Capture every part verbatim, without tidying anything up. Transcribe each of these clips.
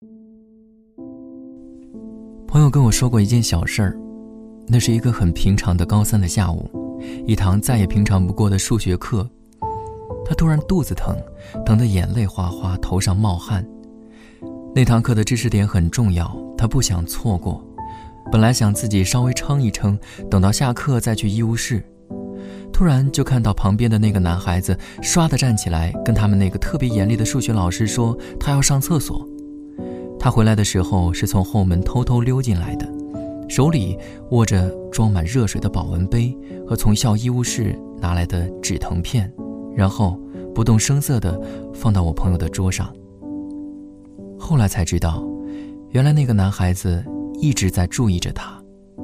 朋友跟我说过一件小事儿，那是一个很平常的高三的下午，一堂再也平常不过的数学课。他突然肚子疼，疼得眼泪哗哗，头上冒汗。那堂课的知识点很重要，他不想错过。本来想自己稍微撑一撑，等到下课再去医务室，突然就看到旁边的那个男孩子唰地站起来，跟他们那个特别严厉的数学老师说他要上厕所。他回来的时候是从后门偷偷溜进来的，手里握着装满热水的保温杯和从校医务室拿来的止疼片，然后不动声色地放到我朋友的桌上。后来才知道，原来那个男孩子一直在注意着他。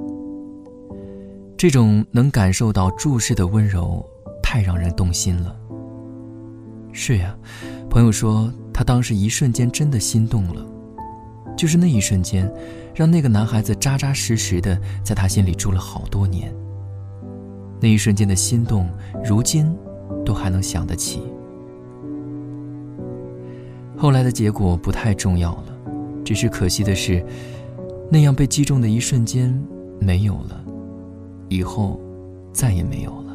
这种能感受到注视的温柔太让人动心了。是呀，朋友说他当时一瞬间真的心动了，就是那一瞬间让那个男孩子扎扎实实的在他心里住了好多年。那一瞬间的心动如今都还能想得起。后来的结果不太重要了，只是可惜的是那样被击中的一瞬间没有了，以后再也没有了。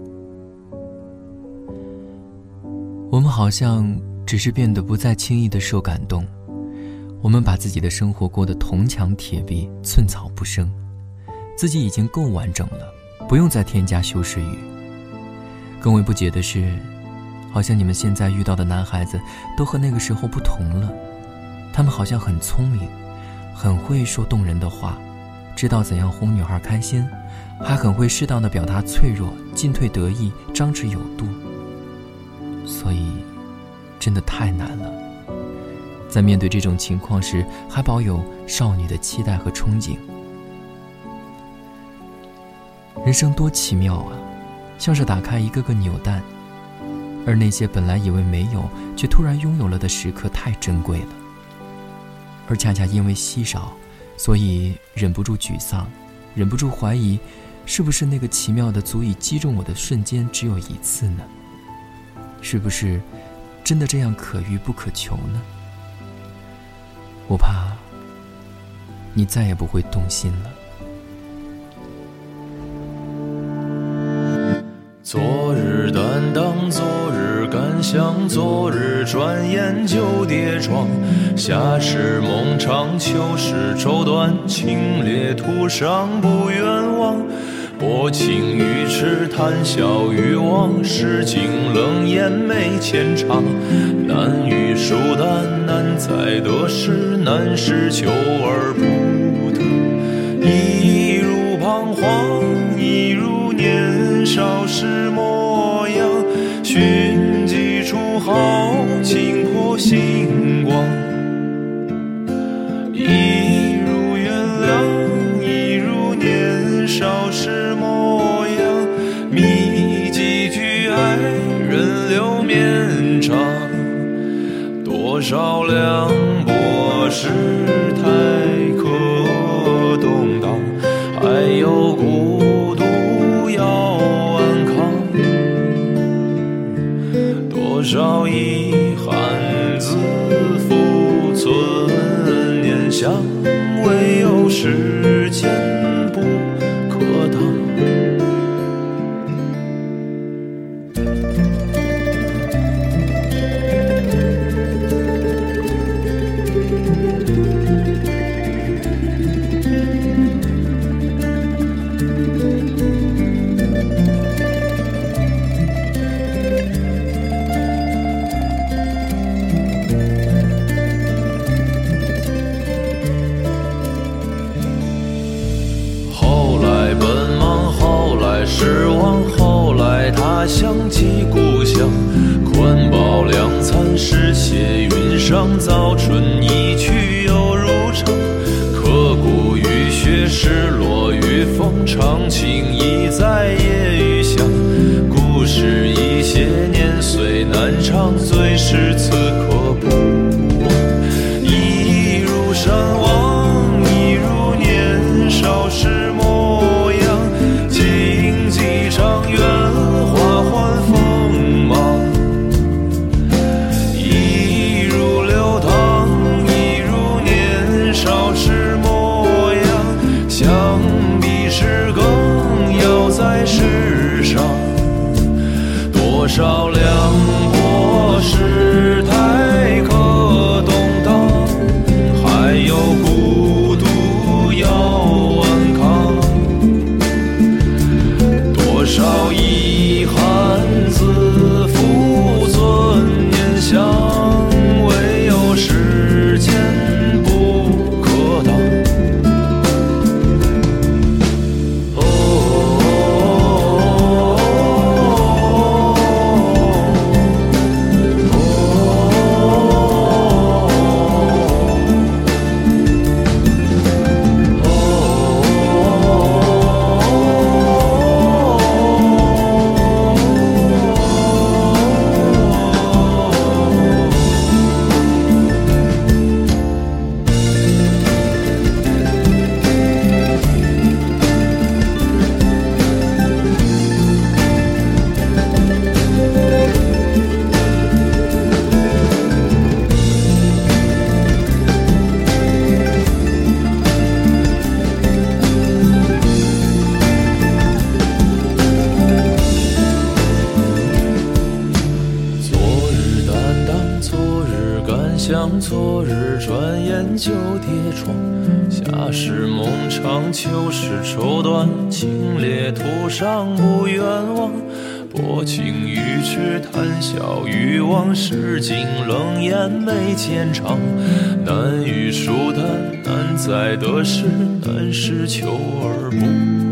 我们好像只是变得不再轻易地受感动，我们把自己的生活过得铜墙铁壁，寸草不生，自己已经够完整了，不用再添加修饰语。更为不解的是，好像你们现在遇到的男孩子都和那个时候不同了，他们好像很聪明，很会说动人的话，知道怎样哄女孩开心，还很会适当的表达脆弱，进退得意，张弛有度。所以真的太难了，在面对这种情况时还保有少女的期待和憧憬。人生多奇妙啊，像是打开一个个纽带，而那些本来以为没有却突然拥有了的时刻太珍贵了，而恰恰因为稀少，所以忍不住沮丧，忍不住怀疑，是不是那个奇妙的足以击中我的瞬间只有一次呢？是不是真的这样可遇不可求呢？我怕你再也不会动心了。 昨日担当，昨日感想，昨日转眼就跌撞。夏时梦长，秋时绸缎，清冽途上不远望。薄情于痴，谈笑于忘，诗经冷眼眉浅长。难于疏淡，难在得失，难是求而不得。一如彷徨，一如年少时模样，寻几处豪情破星光。一如原谅，一如年少时模样，觅几句爱人留绵长。多少凉薄世态可动荡，还有孤独要安康。多少遗憾自负存念想，唯有时间不可当。失望，后来他想起故乡，宽饱两餐，诗写云上，早春一去又如常。刻骨雨雪，失落与风，长情已在夜雨香。故事一些年岁难长，最是此刻不忘。一如山望，一如年少时模样，几场圆花换锋芒。一如流淌，一如想昨日，转眼就跌撞。夏时梦长，秋时绸缎，清冽途上不远望。薄情于痴，谈笑于往，世经冷眼眉间长。难遇疏淡，难在得失，难是求而不